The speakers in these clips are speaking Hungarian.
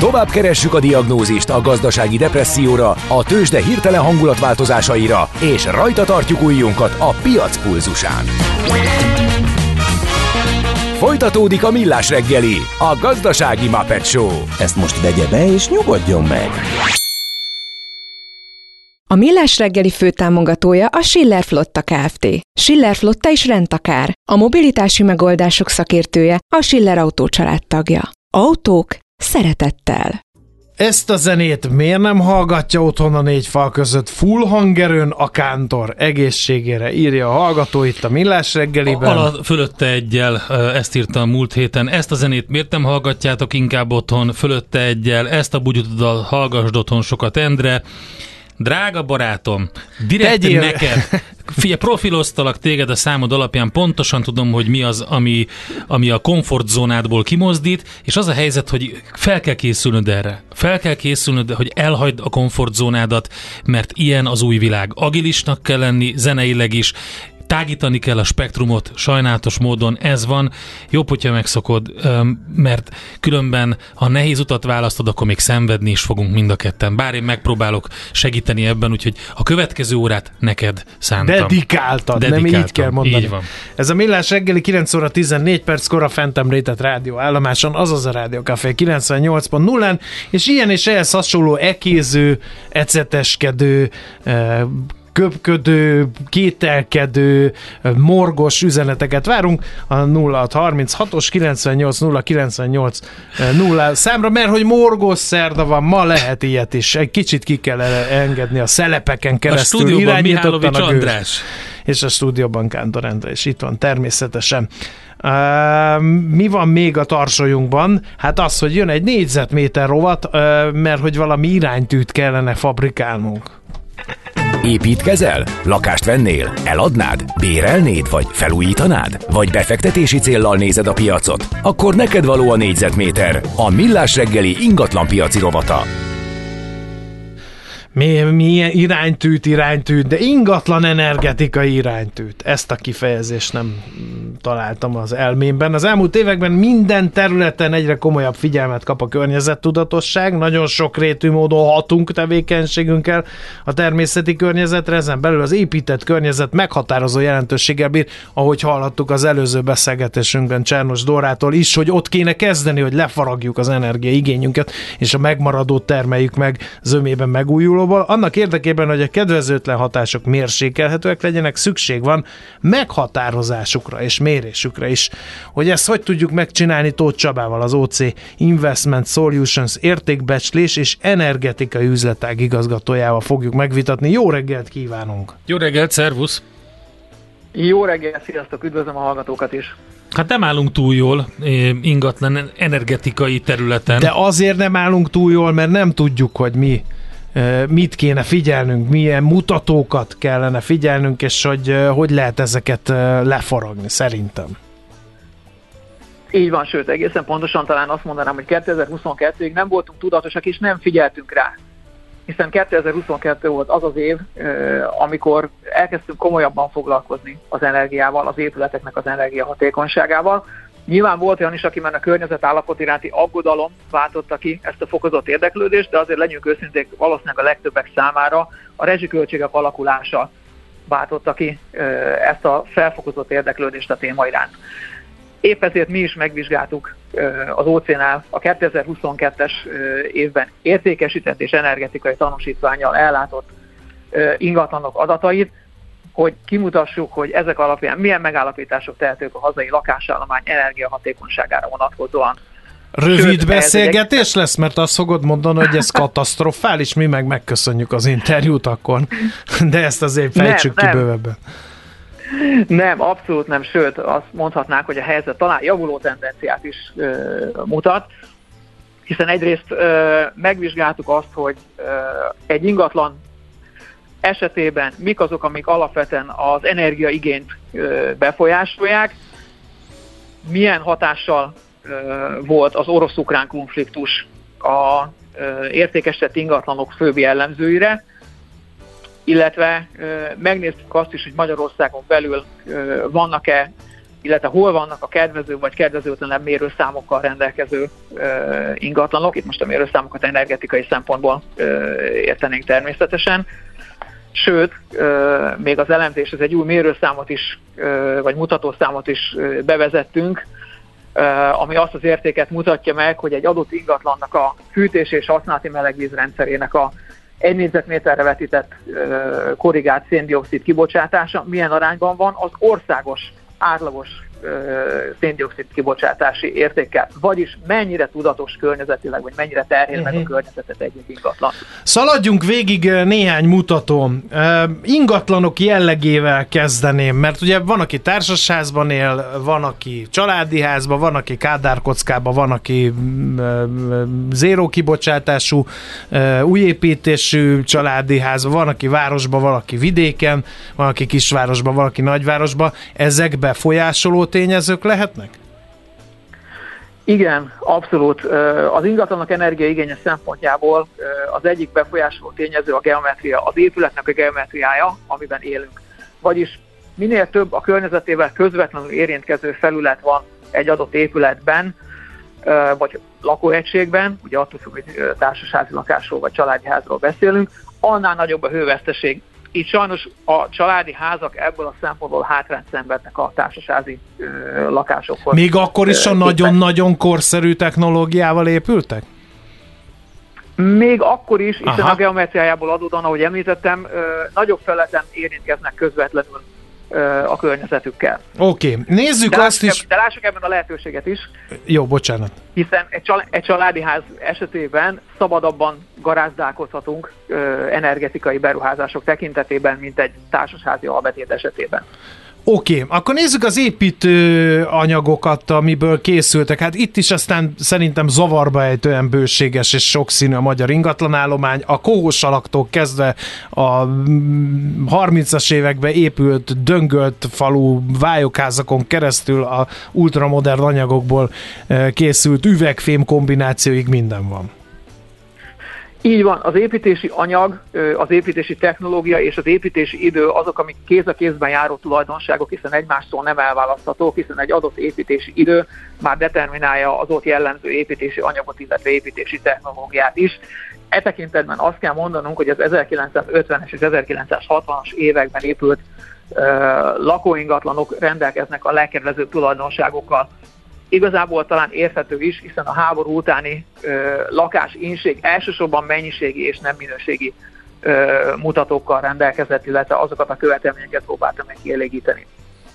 Tovább keressük a diagnózist a gazdasági depresszióra, a tőzsde hirtelen hangulatváltozásaira, és rajta tartjuk ujjunkat a piac pulzusán. Folytatódik a Millás reggeli, a gazdasági Muppet Show. Ezt most vegye be és nyugodjon meg! A Millás reggeli főtámogatója a Schiller Flotta Kft. Schiller Flotta is rendtakár. A mobilitási megoldások szakértője, a Schiller Autó család tagja. Autók szeretettel. Ezt a zenét miért nem hallgatja otthon a négy fal között full hangerőn a Kántor egészségére, írja a hallgató itt a Millás reggeliben. Fölötte egyel, ezt írtam múlt héten, ezt a zenét miért nem hallgatjátok inkább otthon, fölötte egyel, ezt a bugyutodat hallgassd otthon sokat, Endre. Drága barátom, direkt neked, figyelj, profiloztalak téged a számod alapján, pontosan tudom, hogy mi az, ami a komfortzónádból kimozdít, és az a helyzet, hogy fel kell készülnöd erre. Fel kell készülnöd, hogy elhagyd a komfortzónádat, mert ilyen az új világ. Agilisnak kell lenni, zeneileg is, tágítani kell a spektrumot, sajnálatos módon ez van. Jobb, hogyha megszokod, mert különben, ha nehéz utat választod, akkor még szenvedni is fogunk mind a ketten. Bár én megpróbálok segíteni ebben, úgyhogy a következő órát neked szántam. Dedikáltad, nem így kell mondani. Így van. Ez a Millás reggeli 9 óra 14 perckor a fent említett rádióállomáson, azaz a Rádió Café 98.0-án, és ilyen és ehhez hasonló ekéző, eceteskedő, köpködő, kételkedő, morgos üzeneteket várunk a 0636-os 98 0 számra, mert hogy morgos szerda van, ma lehet ilyet is. Egy kicsit ki kell engedni a szelepeken keresztül. A stúdióban Mihálovics András. És a stúdióban Kántor Endre, és itt van természetesen. Mi van még a tarsolyunkban? Hát az, hogy jön egy négyzetméter rovat, mert hogy valami iránytűt kellene fabrikálnunk. Építkezel? Lakást vennél? Eladnád? Bérelnéd? Vagy felújítanád? Vagy befektetési céllal nézed a piacot? Akkor neked való a négyzetméter, a Millás reggeli ingatlanpiaci rovata. Milyen iránytűt, de ingatlan energetikai iránytűt. Ezt a kifejezést nem találtam az elmémben. Az elmúlt években minden területen egyre komolyabb figyelmet kap a környezettudatosság. Nagyon sokrétű módon hatunk tevékenységünkkel a természeti környezetre, ezen belül az épített környezet meghatározó jelentőséggel bír, ahogy hallhattuk az előző beszélgetésünkben Csernos Dórától is, hogy ott kéne kezdeni, hogy lefaragjuk az energiaigényünket, és a megmaradót termeljük meg zömében megújuló. Annak érdekében, hogy a kedvezőtlen hatások mérsékelhetőek legyenek, szükség van meghatározásukra és mérésükre is. Hogy ezt hogy tudjuk megcsinálni, Tóth Csabával, az OC Investment Solutions értékbecslés és energetikai üzletág igazgatójával fogjuk megvitatni. Jó reggelt kívánunk! Jó reggelt, szervusz! Jó reggelt, sziasztok, üdvözlöm a hallgatókat is! Hát nem állunk túl jól ingatlan energetikai területen. De azért nem állunk túl jól, mert nem tudjuk, hogy mit kéne figyelnünk, milyen mutatókat kellene figyelnünk, és hogy lehet ezeket lefaragni, szerintem. Így van, sőt, egészen pontosan talán azt mondanám, hogy 2022-ig nem voltunk tudatosak, és nem figyeltünk rá. Hiszen 2022 volt az az év, amikor elkezdtünk komolyabban foglalkozni az energiával, az épületeknek az energiahatékonyságával. Nyilván volt olyan is, aki már a környezet állapot iránti aggodalom váltotta ki ezt a fokozott érdeklődést, de azért legyünk őszinték, valószínűleg a legtöbbek számára a rezsiköltségek alakulása váltotta ki ezt a felfokozott érdeklődést a téma iránt. Épp ezért mi is megvizsgáltuk az OC-nál a 2022-es évben értékesített és energetikai tanúsítvánnyal ellátott ingatlanok adatait, hogy kimutassuk, hogy ezek alapján milyen megállapítások tehetők a hazai lakásállomány energiahatékonyságára vonatkozóan. Rövid beszélgetés lesz, mert azt fogod mondani, hogy ez katasztrofális, mi meg megköszönjük az interjút akkor, de ezt azért fejtsük ki bővebben. Nem, abszolút nem, sőt, azt mondhatnánk, hogy a helyzet talán javuló tendenciát is mutat, hiszen egyrészt megvizsgáltuk azt, hogy egy ingatlan esetében mik azok, amik alapvetően az energiaigényt befolyásolják, milyen hatással volt az orosz-ukrán konfliktus a értékesített ingatlanok főbb jellemzőire, illetve megnéztük azt is, hogy Magyarországon belül vannak-e illetve hol vannak a kedvező vagy kedvezőtlenebb mérőszámokkal rendelkező ingatlanok. Itt most a mérőszámokat energetikai szempontból értenénk természetesen. Sőt, még az elemzéshez egy új mérőszámot is, vagy mutatószámot is bevezettünk, ami azt az értéket mutatja meg, hogy egy adott ingatlannak a fűtés és használati melegvízrendszerének a 1 négyzetméterre vetített korrigált szén-dioxid kibocsátása milyen arányban van az országos átlagos szén-dioxid kibocsátási értékkel, vagyis mennyire tudatos környezetileg, vagy mennyire terhel meg a környezetet egy ingatlan. Szaladjunk végig néhány mutatón. Ingatlanok jellegével kezdeném, mert ugye van, aki társasházban él, van, aki családi házban, van, aki kádárkockában, van, aki zéró kibocsátású, újépítésű családi házban, van, aki városban, van, aki vidéken, van, aki kisvárosban, van, aki nagyvárosban. Ezek befolyásoló tényezők lehetnek? Igen, abszolút. Az ingatlanok energiaigénye szempontjából az egyik befolyásoló tényező a geometria, az épületnek a geometriája, amiben élünk. Vagyis minél több a környezetével közvetlenül érintkező felület van egy adott épületben, vagy lakóegységben, ugye attól függ, hogy társasházi lakásról vagy családi házról beszélünk, annál nagyobb a hőveszteség. Így sajnos a családi házak ebből a szempontból hátrányt szenvednek a társasházi lakásokhoz. Még akkor is a nagyon-nagyon korszerű technológiával épültek? Még akkor is, hiszen a geometriájából adódóan, ahogy említettem, nagyobb felületen érintkeznek közvetlenül a környezetükkel. Oké, nézzük azt is. De lássuk ebben a lehetőséget is. Jó, bocsánat. Hiszen egy családi ház esetében szabadabban garázdálkozhatunk energetikai beruházások tekintetében, mint egy társasházi albetét esetében. Oké, akkor nézzük az építőanyagokat, amiből készültek. Hát itt is aztán szerintem zavarba ejtően bőséges és sokszínű a magyar ingatlanállomány. A kohósalaktól kezdve a 30-as években épült, döngölt falú vályokházakon keresztül a ultramodern anyagokból készült üvegfém kombinációig minden van. Így van, az építési anyag, az építési technológia és az építési idő azok, amik kéz a kézben járó tulajdonságok, hiszen egymástól nem elválaszthatók, hiszen egy adott építési idő már determinálja az ott jellemző építési anyagot, illetve építési technológiát is. E tekintetben azt kell mondanunk, hogy az 1950-es és 1960-as években épült lakóingatlanok rendelkeznek a legkedvezőbb tulajdonságokkal. Igazából talán érthető is, hiszen a háború utáni lakásinség elsősorban mennyiségi és nem minőségi mutatókkal rendelkezett, illetve azokat a követelményeket próbálta meg kielégíteni.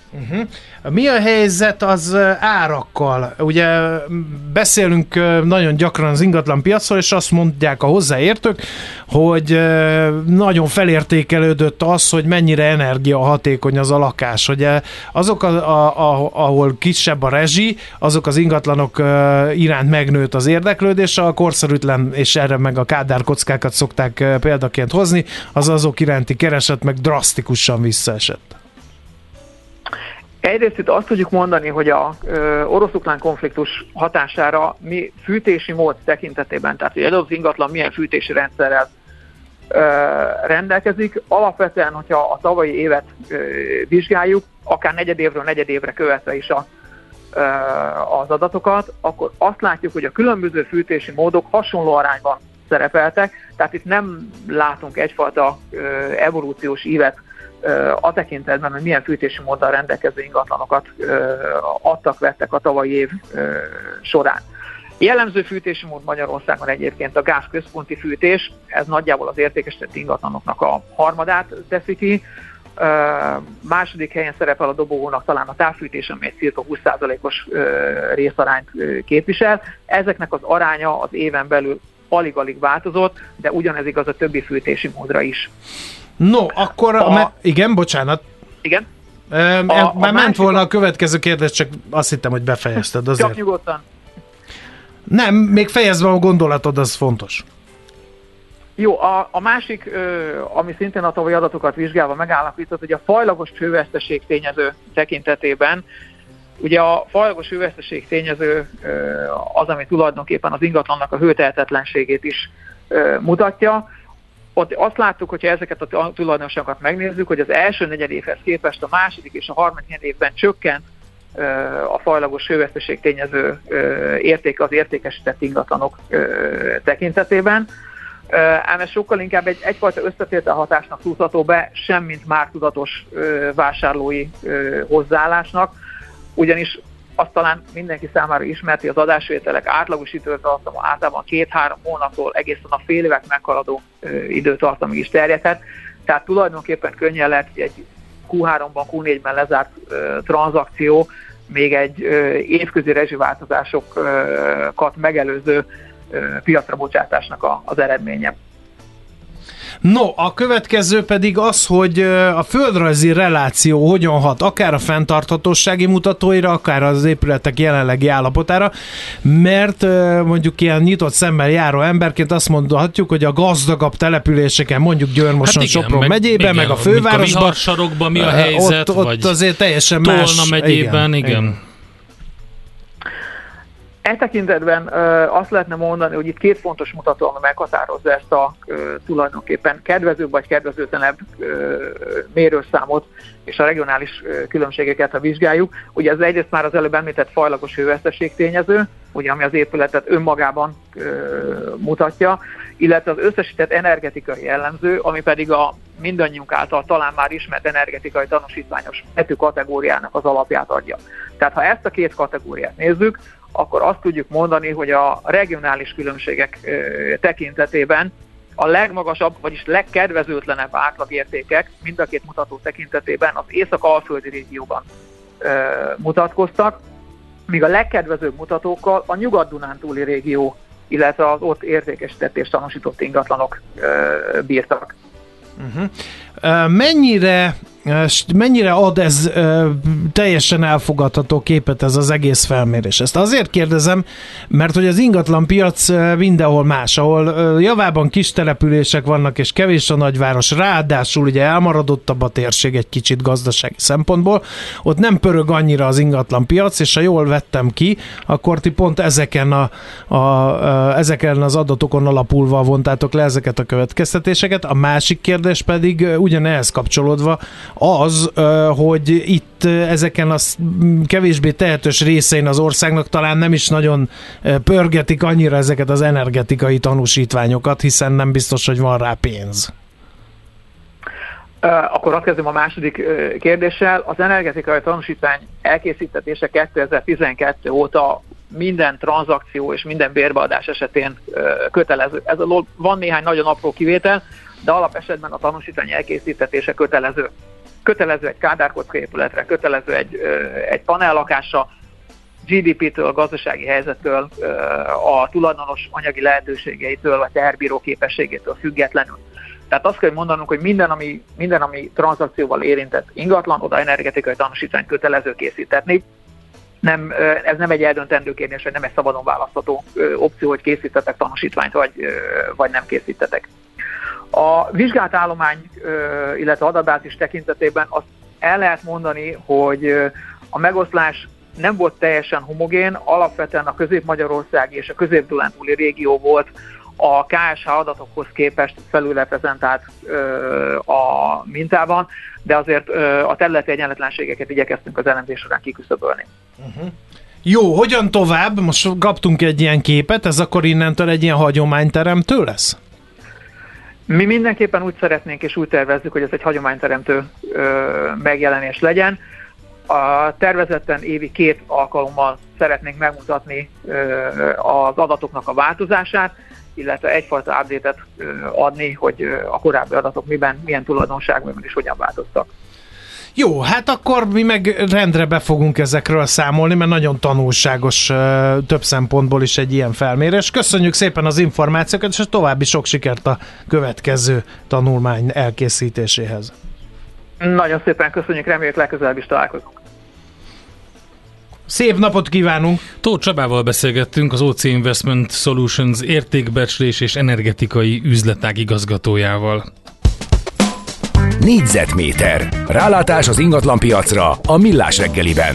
Mi a helyzet az árakkal? Ugye beszélünk nagyon gyakran az ingatlan piacról, és azt mondják a hozzáértők, hogy nagyon felértékelődött az, hogy mennyire energiahatékony az a lakás. Ugye azok, ahol kisebb a rezsi, azok az ingatlanok iránt megnőtt az érdeklődés, a korszerűtlen, és erre meg a kádárkockákat szokták példaként hozni, az azok iránti kereset meg drasztikusan visszaesett. Egyrészt itt azt tudjuk mondani, hogy a orosz-ukrán konfliktus hatására mi fűtési mód tekintetében, tehát hogy az ingatlan milyen fűtési rendszerrel rendelkezik. Alapvetően, hogyha a tavalyi évet vizsgáljuk, akár negyedévre követve is az adatokat, akkor azt látjuk, hogy a különböző fűtési módok hasonló arányban szerepeltek, tehát itt nem látunk egyfajta evolúciós ívet a tekintetben, hogy milyen fűtési móddal rendelkező ingatlanokat vettek a tavalyi év során. Jellemző fűtési mód Magyarországon egyébként a gázközponti fűtés, ez nagyjából az értékesített ingatlanoknak a harmadát teszi ki. Második helyen szerepel a dobogónak talán a távfűtés, ami egy cirka 20%-os részarányt képvisel. Ezeknek az aránya az éven belül alig-alig változott, de ugyanez igaz a többi fűtési módra is. No, akkor... igen, bocsánat. Igen? Már ment volna a következő kérdés, csak azt hittem, hogy befejezted azért. Csak nyugodtan. Nem, még fejezd be a gondolatod, az fontos. Jó, a másik, ami szintén a tavalyi adatokat vizsgálva megállapított, hogy a fajlagos hőveszteség tényező tekintetében, ugye a fajlagos hőveszteség tényező az, ami tulajdonképpen az ingatlannak a hőtehetetlenségét is mutatja. Ott azt láttuk, hogyha ezeket a tulajdonosokat megnézzük, hogy az első negyedévhez képest a második és a harmadik negyedévben csökkent a fajlagos hőveszteség tényező értéke az értékesített ingatlanok tekintetében. Ám ez sokkal inkább egyfajta összetétel hatásnak tudható be, semmint már tudatos vásárlói hozzáállásnak, ugyanis azt talán mindenki számára ismerti, az adásvételek átlagos időtartama általában 2-3 hónaptól egészen a fél évek meghaladó időtartamig is terjedhet, tehát tulajdonképpen könnyen lehet, hogy egy Q3-ban, Q4-ben lezárt tranzakció még egy évközi rezsiváltozásokat megelőző piacra bocsátásnak az eredménye. No, a következő pedig az, hogy a földrajzi reláció hogyan hat, akár a fenntarthatósági mutatóira, akár az épületek jelenlegi állapotára, mert mondjuk ilyen nyitott szemmel járó emberként azt mondhatjuk, hogy a gazdagabb településeken, mondjuk Győr-Moson, Sopron megyében, meg a fővárosban, a Viharsarokban mi a helyzet, ott azért teljesen más. Tolna megyében, igen. E tekintetben azt lehetne mondani, hogy itt két fontos mutató, ami meghatározza ezt a tulajdonképpen kedvezőbb vagy kedvezőtlenebb mérőszámot és a regionális különbségeket, ha vizsgáljuk. Ugye ez egyrészt már az előbb említett fajlagos hőveszteség tényező, ugye, ami az épületet önmagában mutatja, illetve az összesített energetikai jellemző, ami pedig a mindannyiunk által talán már ismert energetikai tanúsítványos betű kategóriának az alapját adja. Tehát ha ezt a két kategóriát nézzük, akkor azt tudjuk mondani, hogy a regionális különbségek tekintetében a legmagasabb, vagyis legkedvezőtlenebb átlagértékek mind a két mutató tekintetében az észak-alföldi régióban mutatkoztak, míg a legkedvezőbb mutatókkal a Nyugat-Dunántúli régió, illetve az ott értékesített és tanúsított ingatlanok bírtak. Mennyire ad ez teljesen elfogadható képet ez az egész felmérés? Ezt azért kérdezem, mert hogy az ingatlan piac mindenhol más, ahol javában kis települések vannak és kevés a nagyváros, ráadásul ugye elmaradottabb a térség egy kicsit gazdasági szempontból, ott nem pörög annyira az ingatlan piac, és ha jól vettem ki, akkor ti pont ezeken az adatokon alapulva vontátok le ezeket a következtetéseket. A másik kérdés pedig ugyanehhez kapcsolódva az, hogy itt ezeken a kevésbé tehetős részein az országnak talán nem is nagyon pörgetik annyira ezeket az energetikai tanúsítványokat, hiszen nem biztos, hogy van rá pénz. Akkor azt kezdem a második kérdéssel. Az energetikai tanúsítvány elkészítetése 2012 óta minden tranzakció és minden bérbeadás esetén kötelező. Ez alól van néhány nagyon apró kivétel, de alapesetben a tanúsítvány elkészítetése kötelező. Kötelező egy kádárkocka épületre, kötelező egy panellakásra, GDP-től, gazdasági helyzettől, a tulajdonos anyagi lehetőségeitől, vagy teherbíró képességétől függetlenül. Tehát azt kell mondanunk, hogy minden, ami tranzakcióval érintett ingatlan, oda energetikai tanúsítványt kötelező készítetni. Ez nem egy eldöntendő kérdés, vagy nem egy szabadon választható opció, hogy készítetek tanúsítványt, vagy nem készítetek. A vizsgált állomány, illetve adatbázis tekintetében azt el lehet mondani, hogy a megoszlás nem volt teljesen homogén, alapvetően a Közép-Magyarországi és a Közép-Dunántúli régió volt a KSH adatokhoz képest felülreprezentált a mintában, de azért a területi egyenletlenségeket igyekeztünk az elemzés során kiküszöbölni. Jó, hogyan tovább? Most kaptunk egy ilyen képet, ez akkor innentől egy ilyen hagyományteremtő lesz? Mi mindenképpen úgy szeretnénk és úgy tervezzük, hogy ez egy hagyományteremtő megjelenés legyen. A tervezetten évi 2 alkalommal szeretnénk megmutatni az adatoknak a változását, illetve egyfajta update-et adni, hogy a korábbi adatok milyen tulajdonságban is hogyan változtak. Jó, hát akkor mi meg rendre be fogunk ezekről számolni, mert nagyon tanulságos több szempontból is egy ilyen felmérés. Köszönjük szépen az információkat, és további sok sikert a következő tanulmány elkészítéséhez. Nagyon szépen köszönjük, reméljük legközelebb is találkozunk. Szép napot kívánunk! Tóth Csabával beszélgettünk, az OC Investment Solutions értékbecslés és energetikai üzletág igazgatójával. Négyzetméter. Rálátás az ingatlanpiacra a Millás reggeliben.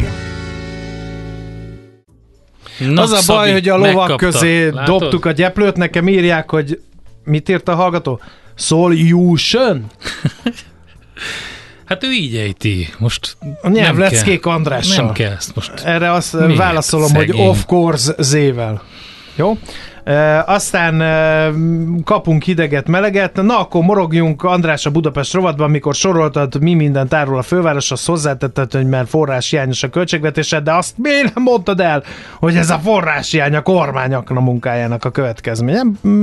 Na, az a baj, Szabi, hogy a lovak megkapta. közé dobtuk a gyeplőt, nekem írják, hogy mit írt a hallgató? Solution? Hát ő így ejti. Most a nyelvleckék Andrással. Nem kell ezt most. Erre azt Miért? válaszolom, Szegény. hogy of course Z-vel. Jó? Aztán kapunk hideget, meleget. Na, akkor morogjunk András a Budapest rovatban, amikor soroltad, mi mindent árul a főváros, azt hozzátetted, hogy mert forráshiányos a költségvetésed, de azt miért nem mondtad el, hogy ez a forráshiány a kormányaknak munkájának a következménye?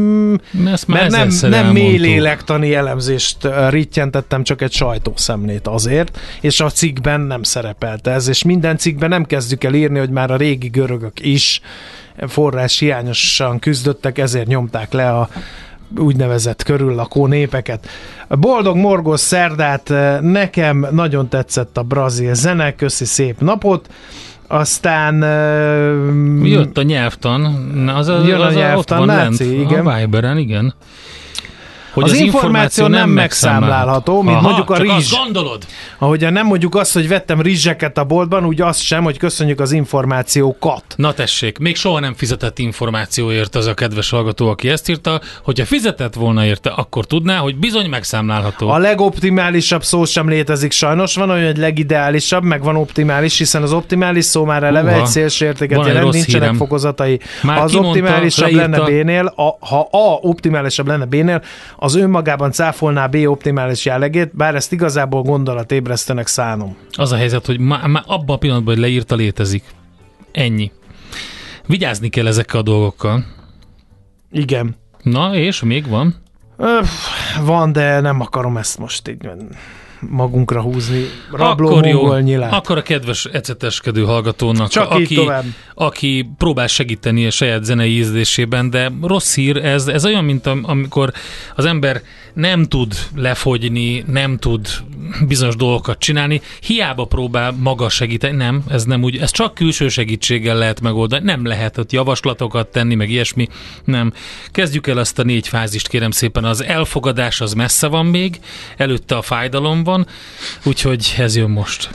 Mert nem mélylélektani elemzést rittyentettem, csak egy sajtószemlét azért, és a cikkben nem szerepelt ez, és minden cikkben nem kezdjük el írni, hogy már a régi görögök is forrás hiányosan küzdöttek, ezért nyomták le a úgynevezett körüllakó népeket. Boldog morgos szerdát, nekem nagyon tetszett a brazil zene, köszi, szép napot. Aztán jött a nyelvtan, az a nyelvtan, ott van náci, lent, igen. A Viberen, igen. Hogy az információ nem megszámlálható, mint mondjuk a rizs. Azt gondolod? Ahogyan nem mondjuk azt, hogy vettem rizseket a boltban, úgy azt sem, hogy köszönjük az információkat. Na tessék, még soha nem fizetett információért az a kedves hallgató, aki ezt írta, hogyha fizetett volna érte, akkor tudná, hogy bizony megszámlálható. A legoptimálisabb szó sem létezik sajnos, van olyan, hogy legideálisabb, meg van optimális, hiszen az optimális szó már eleve egy szélső értéket jelent, nincsenek hírem. Fokozatai. Már ha az optimálisabb lenne B-nél, ha A optimálisabb lenne B-nél, az önmagában cáfolná B optimális jellegét, bár ezt igazából gondolatébresztőnek szánom. Az a helyzet, hogy már abban a pillanatban, hogy leírta, létezik. Ennyi. Vigyázni kell ezekkel a dolgokkal. Igen. Na, és még van? Van, de nem akarom ezt most így magunkra húzni. Rabló-mongol nyilát. Akkor a kedves eceteskedő hallgatónak, csak aki próbál segíteni a saját zenei ízlésében, de rossz hír, ez olyan, mint amikor az ember nem tud lefogyni, nem tud bizonyos dolgokat csinálni, hiába próbál maga segíteni. Nem, ez nem úgy, ez csak külső segítséggel lehet megoldani. Nem lehet ott javaslatokat tenni, meg ilyesmi. Nem. Kezdjük el ezt a 4 fázist, kérem szépen. Az elfogadás az messze van még, előtte a fájdalom van, úgyhogy ez jön most.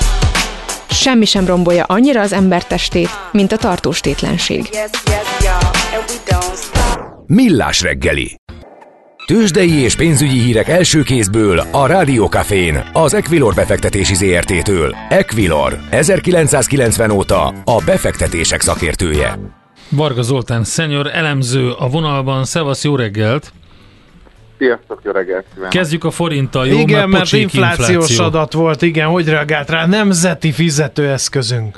Semmi sem rombolja annyira az ember testét, mint a tartóstétlenség. Millás reggeli. Tőzsdei és pénzügyi hírek első kézből a Rádió Cafén, az Equilor befektetési ZRT-től. Equilor, 1990 óta a befektetések szakértője. Varga Zoltán senior elemző a vonalban. Szevasz, jó reggelt! Sziasztok, jó reggelt kívánok! Kezdjük a forinttal, jó? Igen, mert inflációs adat volt, igen, hogy reagált rá? Nemzeti fizetőeszközünk.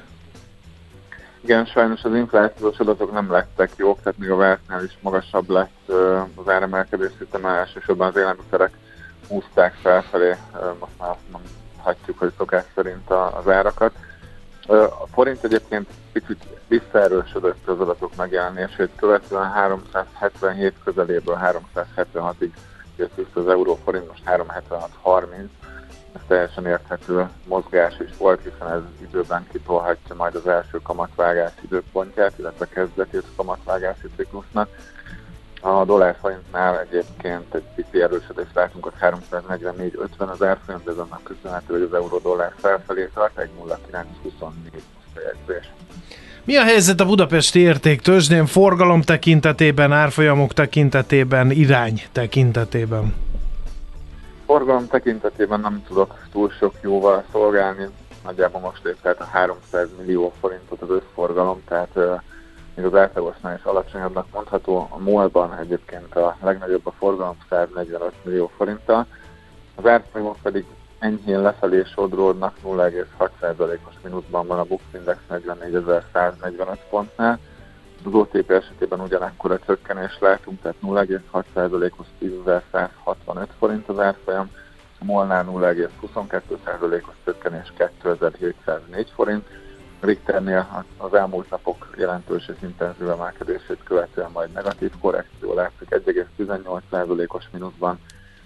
Igen, sajnos az inflációs adatok nem lettek jók, tehát még a vártnál is magasabb lett az áremelkedés, hiszen elsősorban az élelmiszerek húzták felfelé, most már azt mondhatjuk, hogy szokás szerint az árakat. A forint egyébként picit visszaerősödött az adatok megjelenését, követően 377 közeléből 376-ig jött vissza az euró-forint, most 376.30. Ez teljesen érthető mozgás is volt, hiszen ez időben kitolhatja majd az első kamatvágás időpontját, illetve kezdetét a kamatvágási ciklusnak. A dollár-forintnál egyébként egy pici erősödést látunk, ott 344.50 az árfolyam, de ez annak köszönhető, hogy az euró-dollár felfelé tart, 1,0924 bejegyzés. Mi a helyzet a budapesti értéktőzsdén forgalom tekintetében, árfolyamok tekintetében, irány tekintetében? Forgalom tekintetében nem tudok túl sok jóval szolgálni, nagyjából most épp a 300 millió forintot az összforgalom, tehát még az átlagosnál is alacsonyabbnak mondható. A MOL-ban egyébként a legnagyobb a forgalom 145 millió forinttal, az árfolyamok pedig enyhén lefelé sodródnak, 0,6%-os mínuszban van a Bux Index 44.145 pontnál. Az OTP esetében ugyanekkor a csökkenést látunk, tehát 0,6%-os 10.165 forint az árfolyam, a MOL-nál 0,22%-os csökkenés 2.704 forint, Richternél az elmúlt napok jelentős és intenzív emelkedését követően majd negatív korrekció látszik, 1,18%-os mínuszban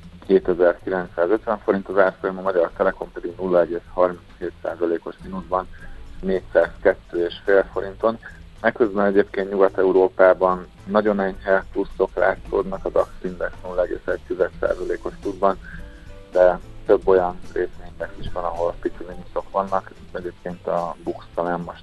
2950 forint az árfolyam, a Magyar Telekom pedig 0,37%-os mínuszban 402,5 forinton. Ekközben egyébként Nyugat-Európában nagyon enyhe pluszok látszódnak, a DAX Index 0,1%-os pluszban, de több olyan részvényindex is van, ahol pici mínuszok vannak. Egyébként a Bux talán most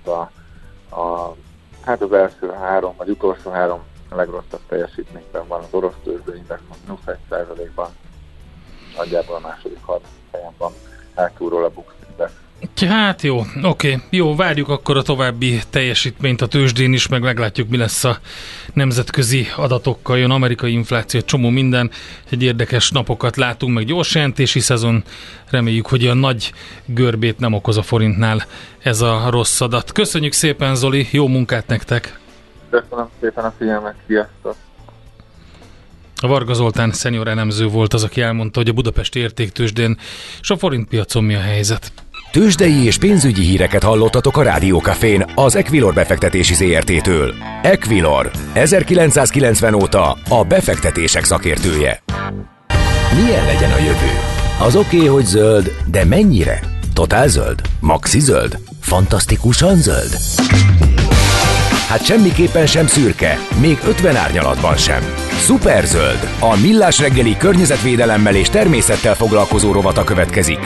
az első 3 vagy utolsó 3 legrosszabb teljesítményben van, az orosz tőzsdeindex most -1%-ban, nagyjából a második 30 helyen van. hátulról a Bux Index. Hát jó, oké. Jó, várjuk akkor a további teljesítményt a tőzsdén is, meg meglátjuk, mi lesz a nemzetközi adatokkal. Jön amerikai infláció, csomó minden. Egy érdekes napokat látunk, meg gyors jelentési szezon. Reméljük, hogy a nagy görbét nem okoz a forintnál ez a rossz adat. Köszönjük szépen, Zoli, jó munkát nektek! Köszönöm szépen a figyelmet, sziasztok! A Varga Zoltán szenior elemző volt az, aki elmondta, hogy a budapesti értéktőzsdén és a forintpiacon mi a helyzet. Tőzsdei és pénzügyi híreket hallottatok a Rádiókafén az Equilor befektetési ZRT-től. Equilor, 1990 óta a befektetések szakértője. Milyen legyen a jövő? Az oké, hogy zöld, de mennyire? Totál zöld? Maxi zöld? Fantasztikusan zöld? Hát semmiképpen sem szürke, még 50 árnyalatban sem. Szuperzöld, a Millás reggeli környezetvédelemmel és természettel foglalkozó rovata következik.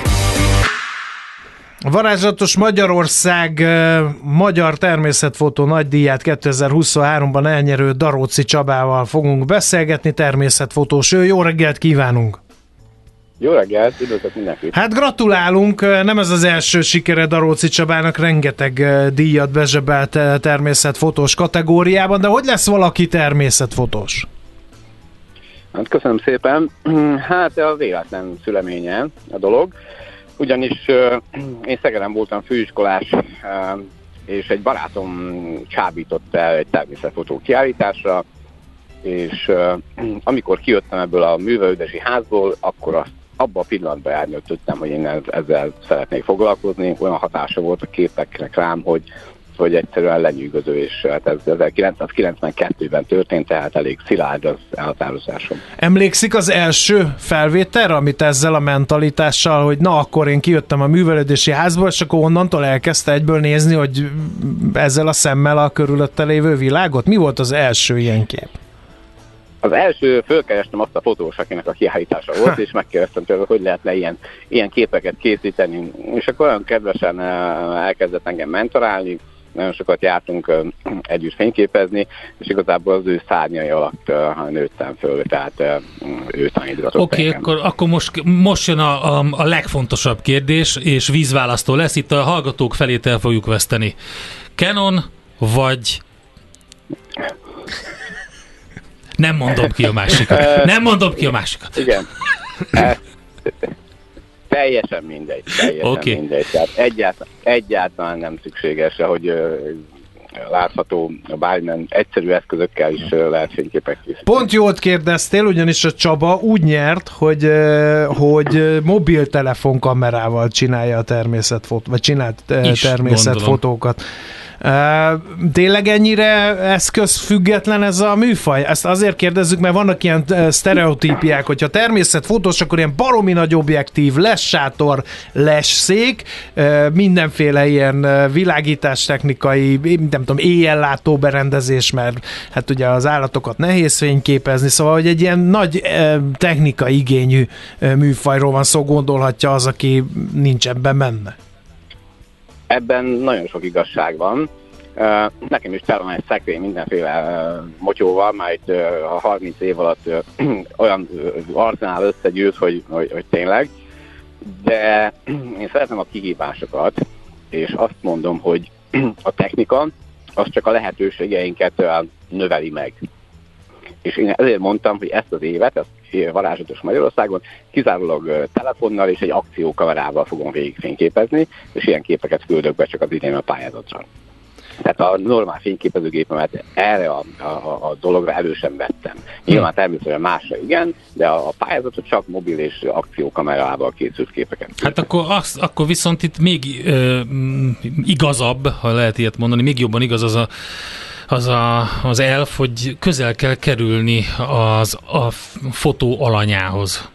A varázslatos Magyarország magyar természetfotó nagydíját 2023-ban elnyerő Daróczi Csabával fogunk beszélgetni, természetfotós ő. Jó reggelt kívánunk! Jó reggelt, üdvözlök mindenkit! Hát gratulálunk, nem ez az első sikere Daróczi Csabának, rengeteg díjat bezsebelt természetfotós kategóriában, de hogy lesz valaki természetfotós? Hát köszönöm szépen, hát a véletlen szüleménye a dolog, ugyanis én Szegeden voltam főiskolás, és egy barátom csábított el egy természetfotó kiállításra, és amikor kijöttem ebből a művelődési házból, akkor abban a pillanatban elnőttem, hogy én ezzel szeretnék foglalkozni. Olyan hatása volt a képeknek rám, hogy egyszerűen lenyűgöző, és hát ez 1992-ben történt, tehát elég szilárd az elhatározásom. Emlékszik az első felvételre, amit ezzel a mentalitással, hogy na akkor én kijöttem a művelődési házból, és akkor onnantól elkezdte egyből nézni, hogy ezzel a szemmel a körülötte lévő világot? Mi volt az első ilyen kép? Az első, fölkerestem azt a fotós, akinek a kiállítása volt, és megkérdeztem tőle, hogy lehetne ilyen képeket készíteni. És akkor olyan kedvesen elkezdett engem mentorálni, nagyon sokat jártunk együtt fényképezni, és igazából az ő szárnyai alatt nőttem föl, tehát ő tanítgatott. Oké, akkor most jön a legfontosabb kérdés, és vízválasztó lesz. Itt a hallgatók felét el fogjuk veszteni. Canon vagy... Nem mondom ki a másikat. Nem mondom ki a másikat. Igen. Teljesen mindegy. Mindegy. Tehát egyáltalán nem szükséges, hogy látható bármilyen egyszerű eszközökkel is lehet fényképek készíteni. Pont jót kérdeztél, ugyanis a Csaba úgy nyert, hogy mobiltelefonkamerával csinálja a természetfotót, vagy csinált természetfotókat. Tényleg ennyire eszközfüggetlen ez a műfaj? Ezt azért kérdezzük, mert vannak ilyen sztereotípiák, hogyha természetfotós, akkor ilyen baromi nagy objektív, lesz sátor, lesz szék, mindenféle ilyen világítástechnikai, nem tudom, éjjellátó berendezés, mert hát ugye az állatokat nehéz fényképezni, szóval hogy egy ilyen nagy technikai igényű műfajról van szó, gondolhatja az, aki nincs ebben benne. Ebben nagyon sok igazság van. Nekem is tele van egy szekrény mindenféle motyóval, már itt a 30 év alatt olyan arzenál összegyűlt, hogy tényleg. De én szeretem a kihívásokat, és azt mondom, hogy a technika az csak a lehetőségeinket növeli meg. És én ezért mondtam, hogy ezt az évet, ezt varázslatos Magyarországon kizárólag telefonnal és egy akciókamerával fogom végigfényképezni, és ilyen képeket küldök be csak az idén a pályázatra. Tehát a normál fényképezőgépemet erre a dologra elő sem vettem. Nyilván természetesen másra igen, de a pályázatot csak mobil és akciókamerával készült képeket. Hát akkor viszont itt még igazabb, ha lehet ilyet mondani, még jobban igaz az elf, hogy közel kell kerülni a fotó alanyához.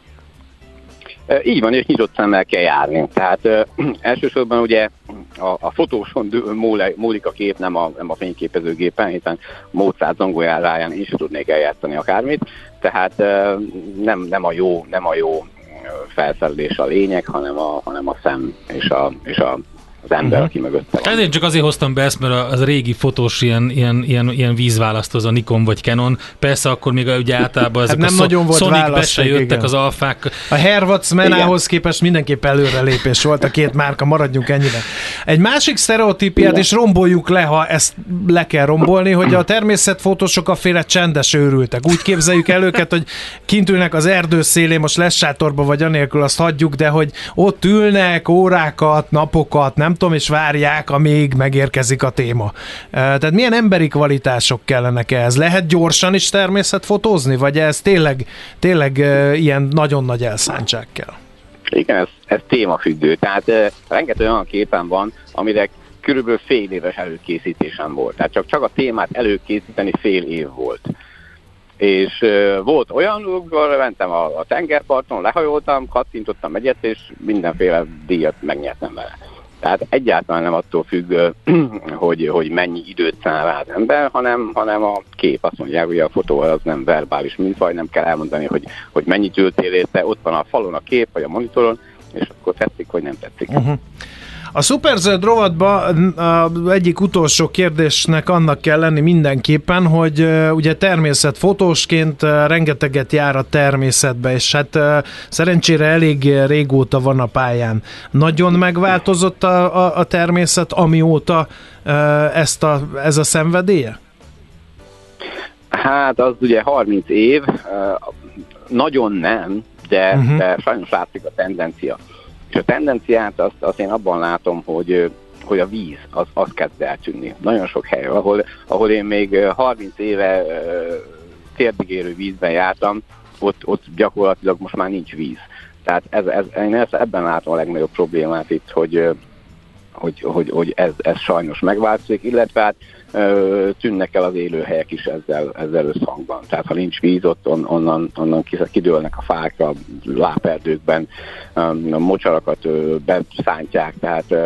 Így van, és nyitott szemmel kell járni. Tehát elsősorban ugye a fotóson múlik a kép, nem a fényképezőgépen, hiszen Mozart zongoráján is tudnék eljátszani akármit. Tehát nem a jó felszerelés a lényeg, hanem a szem és az ember, aki mögötte van. Én csak azért hoztam be ezt, mert az régi fotós ilyen vízválasztó, az a Nikon vagy Canon. Persze akkor még ugye általában ezek nem a nagyon volt Sonic be se jöttek, igen. az alfák. A Hervatz Menához képest mindenképp előrelépés volt a két márka, maradjunk ennyire. Egy másik sztereotípiát is romboljuk le, ha ezt le kell rombolni, hogy a természetfotósok a féle csendes őrültek. Úgy képzeljük el őket, hogy kint ülnek az erdő szélén, most lesz sátorba vagy anélkül, azt hagyjuk, de hogy ott ülnek órákat, napokat, nem tudom, és várják, amíg megérkezik a téma. Tehát milyen emberi kvalitások kellenek ehhez? Lehet gyorsan is természetfotózni, vagy ez tényleg ilyen nagyon nagy elszántság kell? Igen, ez témafüggő. Tehát rengeteg olyan képen van, amire körülbelül fél éves előkészítésem volt. Tehát csak a témát előkészíteni fél év volt. És volt olyan, amikor mentem a tengerparton, lehajoltam, kattintottam egyet, és mindenféle díjat megnyertem vele. Tehát egyáltalán nem attól függ, hogy mennyi időt száll rá az ember, hanem a kép. Azt mondják, hogy a fotó az nem verbális műfaj, nem kell elmondani, hogy mennyit ültél érte, ott van a falon a kép, vagy a monitoron, és akkor tetszik, vagy nem tetszik. A Szuperzöld rovatban egyik utolsó kérdésnek annak kell lenni mindenképpen, hogy ugye természetfotósként rengeteget jár a természetbe, és hát szerencsére elég régóta van a pályán. Nagyon megváltozott a természet, amióta ez a szenvedélye? Hát az ugye 30 év, nagyon nem, de sajnos látszik a tendencia. És a tendenciát azt én abban látom, hogy a víz az kezd eltűnni. Nagyon sok hely, ahol én még 30 éve térdig érő vízben jártam, ott gyakorlatilag most már nincs víz. Tehát én ebben látom a legnagyobb problémát itt, hogy ez sajnos megváltozik, illetve hát tűnnek el az élőhelyek is ezzel összhangban. Tehát ha nincs víz, ott onnan kidőlnek a fák a láperdőkben, a mocsarakat beszántják, tehát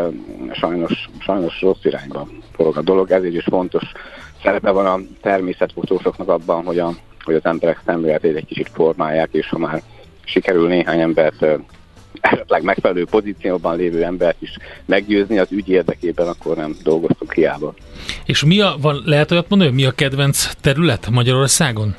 sajnos rossz irányba forog a dolog. Ezért is fontos szerepe van a természetfotósoknak abban, hogy az emberek szemléletét egy kicsit formálják, és ha már sikerül néhány embert esetleg megfelelő pozícióban lévő embert is meggyőzni az ügy érdekében, akkor nem dolgoztunk hiába. És lehet olyat mondani, hogy mi a kedvenc terület Magyarországon?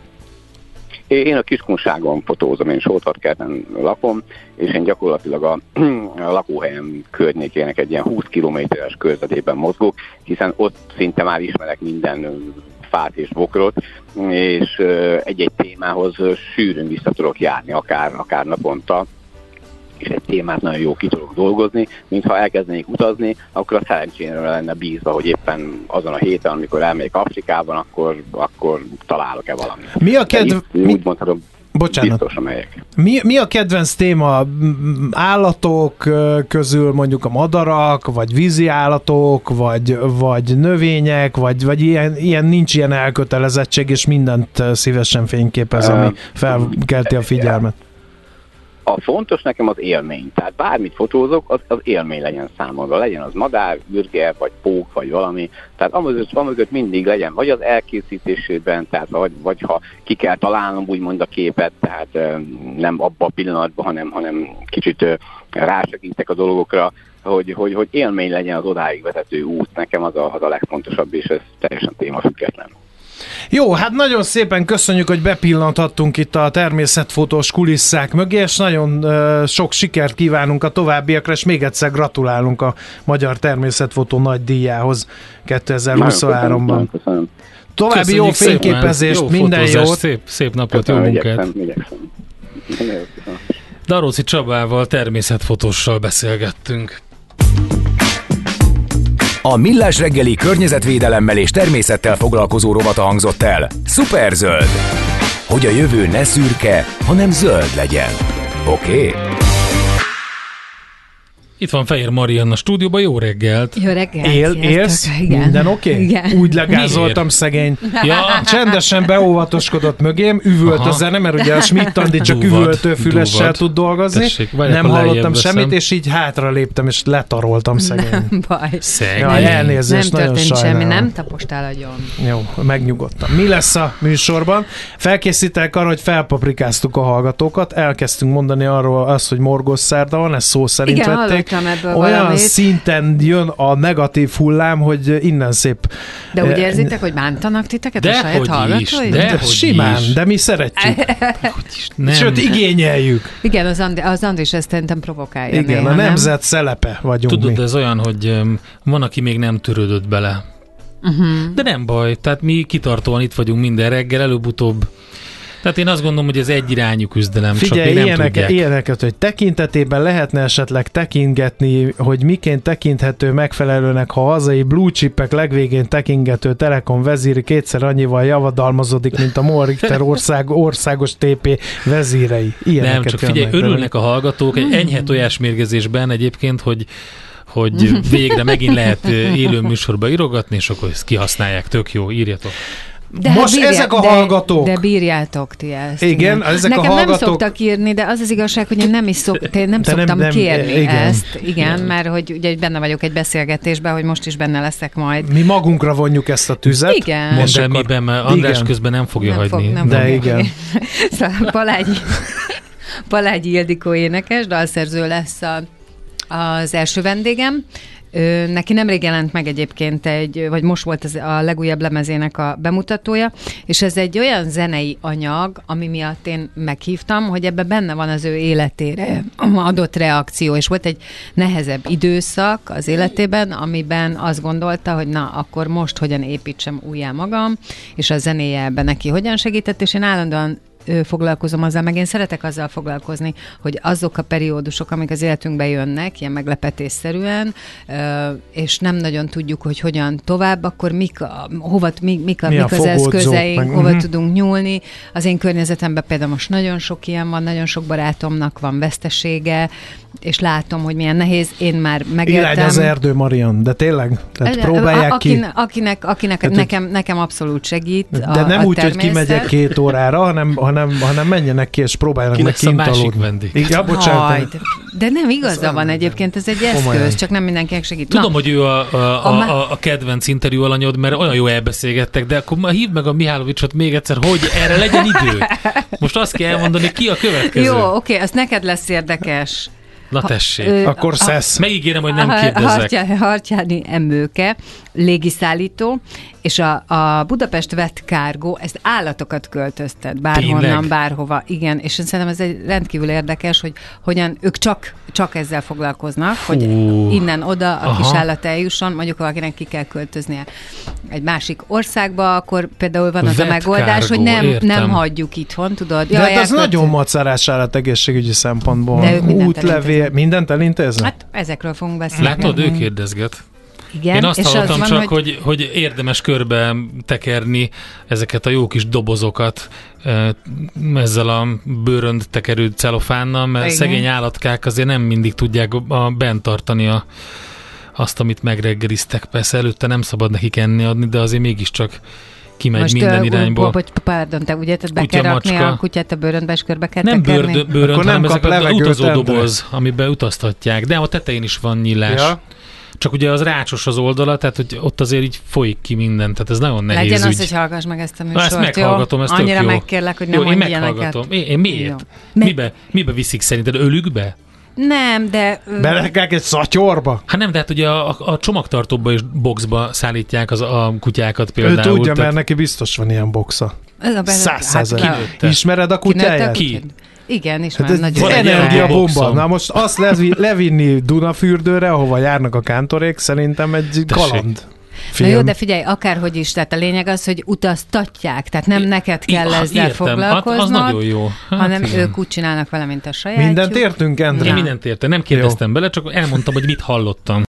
Én a Kiskunságon fotózom, én Sótarkerten lakom, és én gyakorlatilag a lakóhelyem környékének egy ilyen 20 kilométeres körzetében mozgok, hiszen ott szinte már ismerek minden fát és bokrot, és egy-egy témához sűrűn vissza tudok járni, akár naponta, és egy témát nagyon jó ki tudok dolgozni, mintha elkezdenék utazni, akkor a szerencsére lenne bízva, hogy éppen azon a héten, amikor elmegyek Afrikában, akkor találok-e valamit. Úgy mondhatom, bocsánat. Biztos, amelyek. Mi a kedvenc téma? Állatok közül mondjuk a madarak, vagy vízi állatok, vagy növények, vagy ilyen nincs ilyen elkötelezettség, és mindent szívesen fényképez, ami felkelti a figyelmet. A fontos nekem az élmény. Tehát bármit fotózok, az élmény legyen számomra. Legyen az madár, ürge, vagy pók, vagy valami. Tehát amögött mindig legyen, vagy az elkészítésében, tehát vagy ha ki kell találnom úgymond a képet, tehát nem abban a pillanatban, hanem kicsit rásegítek a dolgokra, hogy élmény legyen az odáig vezető út. Nekem az a legfontosabb, és ez teljesen témafüggetlen. Jó, hát nagyon szépen köszönjük, hogy bepillanthattunk itt a természetfotós kulisszák mögé, és nagyon sok sikert kívánunk a továbbiakra, és még egyszer gratulálunk a Magyar Természetfotó nagy díjához 2023-ban. Köszönöm. További Köszönjük jó fényképezést, jó minden jót! Szép napot, jó munkát! Igyekszem. Daróci Csabával, természetfotóssal beszélgettünk. A Millás reggeli környezetvédelemmel és természettel foglalkozó rovata hangzott el. Szuperzöld! Hogy a jövő ne szürke, hanem zöld legyen. Oké? Itt van Fehér Marianna a stúdióban, jó reggelt! Jó reggelt! Élsz? Minden oké? Igen. Úgy legázoltam szegény. Ja. Csendesen beóvatoskodott mögém, üvölt a zene, mert ugye a Schmidt Andi csak üvöltő fülessel tud dolgozni. Tessék, nem hallottam semmit, és így hátra léptem, és letaroltam szegény. Nem baj. Jaj, elnézést, nem nagyon történt sajnálom. semmi, nem tapostál agyon. Jó, megnyugodtam. Mi lesz a műsorban? Felkészítek arra, hogy felpaprikáztuk a hallgatókat, elkezdtünk mondani arról azt, hogy morgos szerda van, ezt szó szerint Igen, vették. tanultam ebből olyan valamit. szinten jön a negatív hullám, hogy innen szép. De úgy érzitek, hogy bántanak titeket a saját hallgatói? De simán, de mi szeretjük. Sőt, igényeljük. Igen, az Andris ezt szerintem provokálja. Igen, néha, a nemzet szelepe vagyunk. Tudod, mi. ez olyan, hogy van, aki még nem törődött bele. De nem baj, tehát mi kitartóan itt vagyunk minden reggel, előbb-utóbb. Tehát én azt gondolom, hogy ez egyirányú küzdelem, Figyelj, csak még nem tudják. ilyeneket, hogy tekintetében lehetne esetleg tekintgetni, hogy miként tekinthető megfelelőnek, ha hazai blue chipek legvégén tekingető Telekom vezíri kétszer annyival javadalmazodik, mint a Morichter országos TP vezírei. Ilyeneket nem, csak figyelj, örülnek a hallgatók egy enyhe tojásmérgezésben egyébként, hogy végre megint lehet élő műsorba írogatni, és akkor ezt kihasználják, tök jó, írjatok. De most ezek a hallgatók. De bírjátok ti ezt. Igen, ezek nekem a hallgatók. nem szoktak írni, de az az igazság, hogy én nem is szoktam kérni ezt. Igen, mert hogy ugye benne vagyok egy beszélgetésben, hogy most is benne leszek majd. Mi magunkra vonjuk ezt a tüzet. Igen. De semmiben, mert András közben nem fogja hagyni. De igen. Szóval Palágyi Ildikó énekes, dalszerző lesz az első vendégem. Neki nemrég jelent meg egyébként vagy most volt a legújabb lemezének a bemutatója, és ez egy olyan zenei anyag, ami miatt én meghívtam, hogy ebben benne van az ő életére adott reakció, és volt egy nehezebb időszak az életében, amiben azt gondolta, hogy na, akkor most hogyan építsem újjá magam, és a zenéje ebben neki hogyan segített, és én állandóan foglalkozom azzal, meg én szeretek azzal foglalkozni, hogy azok a periódusok, amik az életünkbe jönnek, ilyen meglepetésszerűen, és nem nagyon tudjuk, hogy hogyan tovább, akkor mik az eszközeink, hova tudunk nyúlni. Az én környezetemben például most nagyon sok ilyen van, nagyon sok barátomnak van vesztesége, és látom, hogy milyen nehéz, én már megéltem. Irány az erdő, Marian, de tényleg? Tehát próbálják akinek nekem abszolút segít. De nem úgy, hogy kimegyek 2 órára, hanem menjenek ki, és próbáljanak meg kint aludni. Igen, bocsánat. De nem igaza van egyébként, ez egy eszköz, csak nem mindenkinek segít. Tudom, hogy ő a kedvenc interjú alanyod, mert olyan jó elbeszélgettek, de akkor hívd meg a Mihálovicsot még egyszer, hogy erre legyen idő. Most azt kell elmondani, ki a következő. Jó, oké, az neked lesz érdekes. Na tessék. Akkor szesz. Megígérem, hogy nem kérdezek. Hartyáni Embőke, légiszállító, és a Budapest Vet Cargo, ezt állatokat költöztet bárhonnan, bárhova. Igen, és én szerintem ez egy rendkívül érdekes, hogy hogyan ők csak ezzel foglalkoznak, hogy innen oda a kis állat eljusson, mondjuk valakinek ki kell költöznie egy másik országba, akkor például van az a megoldás, hogy nem hagyjuk itthon, tudod. De hát az nagyon macerás állat egészségügyi szempontból. Útlevél, mindent elintéznek? Hát ezekről fogunk beszélni. Látod, ő kérdezget. Igen, én azt hallottam csak, hogy érdemes körbe tekerni ezeket a jó kis dobozokat ezzel a bőrönd tekerő celofánnal, mert igen. Szegény állatkák azért nem mindig tudják bent tartani azt, amit megreggeliztek. Persze előtte nem szabad nekik enni adni, de azért mégiscsak kimegy most minden irányból. Pardon, te ugye be kell rakni a kutyát a bőröndbe, és körbe kell tekerni? Nem bőrönd, hanem ezek az utazódoboz, amiben utaztatják. De a tetején is van nyílás. Ja. Csak ugye az rácsos az oldala, tehát hogy ott azért így folyik ki minden, tehát ez nagyon nehéz legyen ügy. az, hogy hallgass meg ezt a műsort, ezt meghallgatom, ez tök annyira jó. Megkérlek, hogy nem mondj ilyeneket. Én miért? Mibe viszik szerinted? Ölükbe? Nem, de... Belegek egy szatyorba? Hát nem, de hát ugye a csomagtartóba és boxba szállítják a kutyákat például. Ő tudja, mert neki biztos van ilyen boxa. 100%. Ismered a kutyáját? Ki? Igen, és hát már nagyon... Energiabomba. Na most azt levinni Dunafürdőre, ahova járnak a kántorék, szerintem egy kaland. Na jó, de figyelj, akárhogy is, tehát a lényeg az, hogy utaztatják, tehát nem neked kell ezzel foglalkoznod, az nagyon jó. hanem ők úgy csinálnak vele, mint a sajátjuk. Mindent értünk, Endre? Én mindent értem, nem kérdeztem bele, csak elmondtam, hogy mit hallottam.